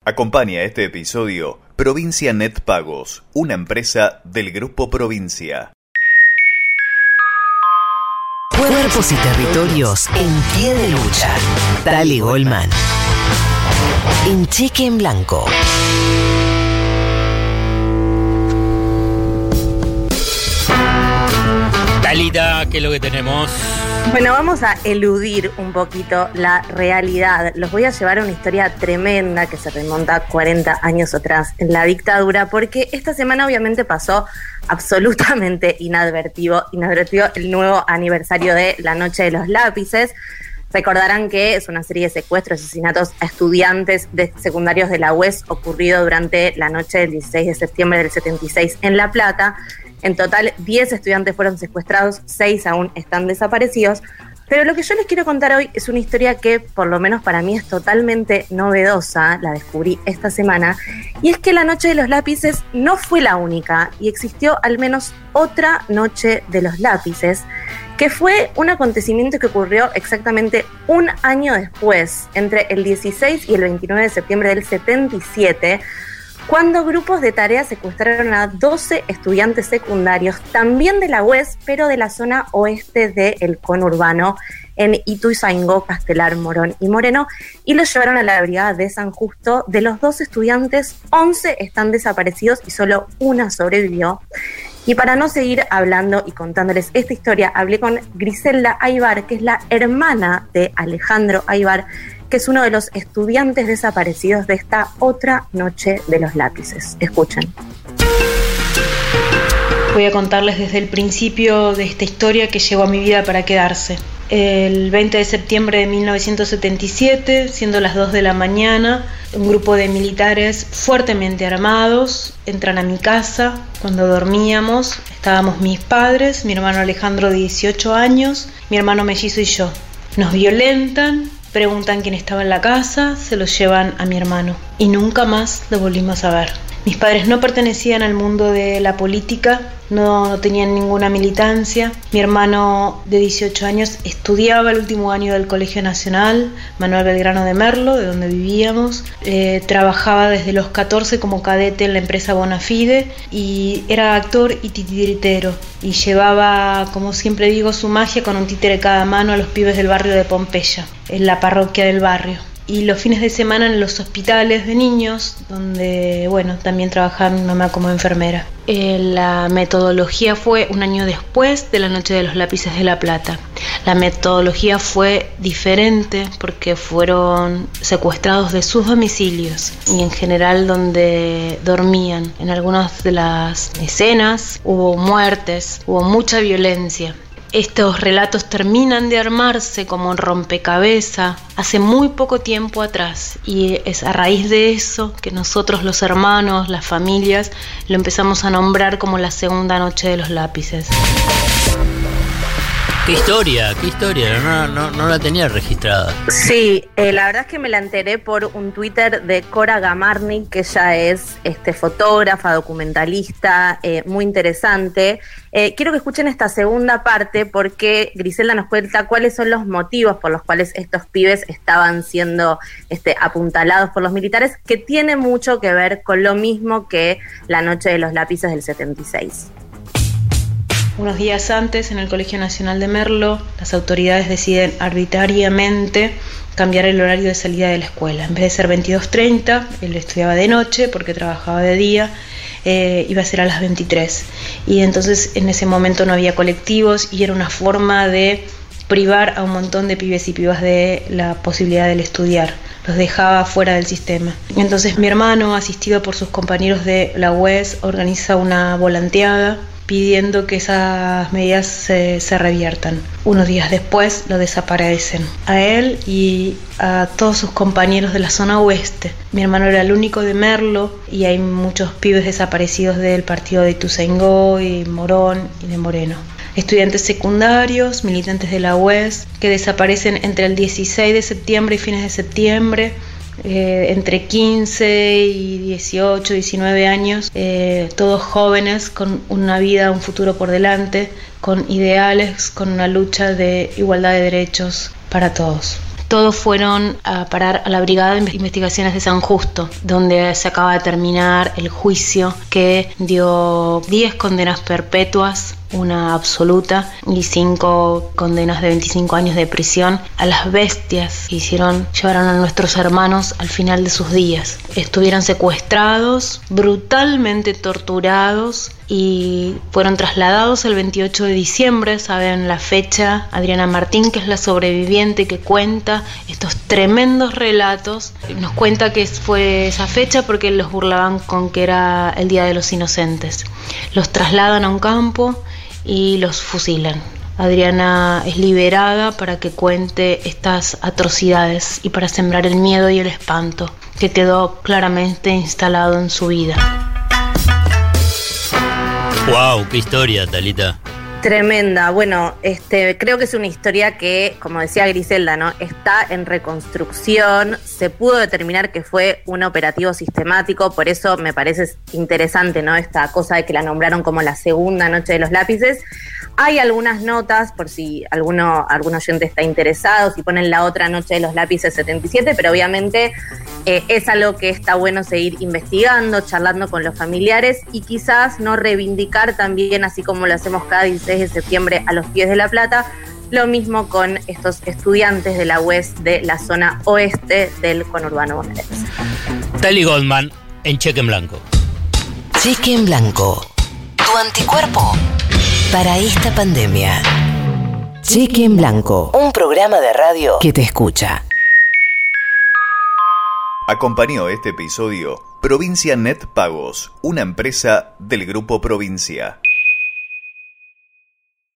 Acompaña este episodio Provincia Net Pagos, una empresa del Grupo Provincia. Cuerpos y territorios en pie de lucha. Tali Goldman. En Cheque en Blanco. Talita, ¿qué es lo que tenemos? Bueno, vamos a eludir un poquito la realidad. Los voy a llevar a una historia tremenda que se remonta 40 años atrás en la dictadura, porque esta semana obviamente pasó absolutamente inadvertido el nuevo aniversario de la Noche de los Lápices. Recordarán que es una serie de secuestros y asesinatos a estudiantes de secundarios de la UES ocurrido durante la noche del 16 de septiembre del 76 en La Plata. En total, 10 estudiantes fueron secuestrados, 6 aún están desaparecidos. Pero lo que yo les quiero contar hoy es una historia que, por lo menos para mí, es totalmente novedosa. La descubrí esta semana. Y es que la Noche de los Lápices no fue la única. Y existió al menos otra Noche de los Lápices, que fue un acontecimiento que ocurrió exactamente un año después, entre el 16 y el 29 de septiembre del 77, cuando grupos de tarea secuestraron a 12 estudiantes secundarios, también de la UES, pero de la zona oeste del conurbano, en Ituzaingó, Castelar, Morón y Moreno, y los llevaron a la brigada de San Justo. De los 12 estudiantes, 11 están desaparecidos y solo una sobrevivió. Y para no seguir hablando y contándoles esta historia, hablé con Griselda Aybar, que es la hermana de Alejandro Aybar, que es uno de los estudiantes desaparecidos de esta otra Noche de los Lápices. Escuchen. Voy a contarles desde el principio de esta historia que llegó a mi vida para quedarse. El 20 de septiembre de 1977, siendo las 2 de la mañana, un grupo de militares fuertemente armados entran a mi casa. Cuando dormíamos, estábamos mis padres, mi hermano Alejandro de 18 años, mi hermano mellizo y yo. Nos violentan, preguntan quién estaba en la casa, se lo llevan a mi hermano y nunca más lo volvimos a ver. Mis padres no pertenecían al mundo de la política, no tenían ninguna militancia. Mi hermano de 18 años estudiaba el último año del Colegio Nacional Manuel Belgrano de Merlo, de donde vivíamos. Trabajaba desde los 14 como cadete en la empresa Bonafide y era actor y titiritero. Y llevaba, como siempre digo, su magia con un títere cada mano a los pibes del barrio de Pompeya, en la parroquia del barrio. Y los fines de semana en los hospitales de niños, donde, también trabajaba mi mamá como enfermera. La metodología fue un año después de la Noche de los Lápices de La Plata. La metodología fue diferente porque fueron secuestrados de sus domicilios y en general donde dormían. En algunas de las escenas hubo muertes, hubo mucha violencia. Estos relatos terminan de armarse como un rompecabezas hace muy poco tiempo atrás y es a raíz de eso que nosotros los hermanos, las familias, lo empezamos a nombrar como la segunda Noche de los Lápices. ¿Qué historia? No la tenía registrada. Sí, la verdad es que me la enteré por un Twitter de Cora Gamarnik, que ella es fotógrafa, documentalista, muy interesante. Quiero que escuchen esta segunda parte porque Griselda nos cuenta cuáles son los motivos por los cuales estos pibes estaban siendo apuntalados por los militares, que tiene mucho que ver con lo mismo que la Noche de los Lápices del 76. Unos días antes, en el Colegio Nacional de Merlo, las autoridades deciden arbitrariamente cambiar el horario de salida de la escuela. En vez de ser 22:30, él estudiaba de noche porque trabajaba de día, iba a ser a las 23. Y entonces en ese momento no había colectivos y era una forma de privar a un montón de pibes y pibas de la posibilidad de estudiar. Los dejaba fuera del sistema. Entonces mi hermano, asistido por sus compañeros de la UES, organiza una volanteada pidiendo que esas medidas se reviertan. Unos días después lo desaparecen, a él y a todos sus compañeros de la zona oeste. Mi hermano era el único de Merlo y hay muchos pibes desaparecidos del partido de Ituzaingó y Morón y de Moreno. Estudiantes secundarios, militantes de la UES, que desaparecen entre el 16 de septiembre y fines de septiembre, entre 15 y 18, 19 años, todos jóvenes con una vida, un futuro por delante, con ideales, con una lucha de igualdad de derechos para todos. Todos fueron a parar a la Brigada de Investigaciones de San Justo, donde se acaba de terminar el juicio que dio 10 condenas perpetuas, una absoluta y 5 condenas de 25 años de prisión a las bestias que llevaron a nuestros hermanos al final de sus días. Estuvieron secuestrados, brutalmente torturados y fueron trasladados el 28 de diciembre, saben la fecha. Adriana Martín, que es la sobreviviente que cuenta estos tremendos relatos, nos cuenta que fue esa fecha porque los burlaban con que era el Día de los Inocentes. Los trasladan a un campo y los fusilan. Adriana es liberada para que cuente estas atrocidades y para sembrar el miedo y el espanto que quedó claramente instalado en su vida. ¡Wow! ¡Qué historia, Talita! Tremenda. Bueno, creo que es una historia que, como decía Griselda, ¿no? Está en reconstrucción. Se pudo determinar que fue un operativo sistemático, por eso me parece interesante, ¿no? Esta cosa de que la nombraron como la segunda noche de los lápices. Hay algunas notas, por si algún oyente está interesado, si ponen la otra noche de los lápices 77, pero obviamente es algo que está bueno seguir investigando, charlando con los familiares y quizás no reivindicar también, así como lo hacemos cada 16 de septiembre a los pies de La Plata, lo mismo con estos estudiantes de la UES de la zona oeste del conurbano bonaerense. Tali Goldman en Cheque en Blanco. Cheque en Blanco. Tu anticuerpo para esta pandemia. Cheque en Blanco. Un programa de radio que te escucha. Acompañó este episodio Provincia Net Pagos, una empresa del Grupo Provincia.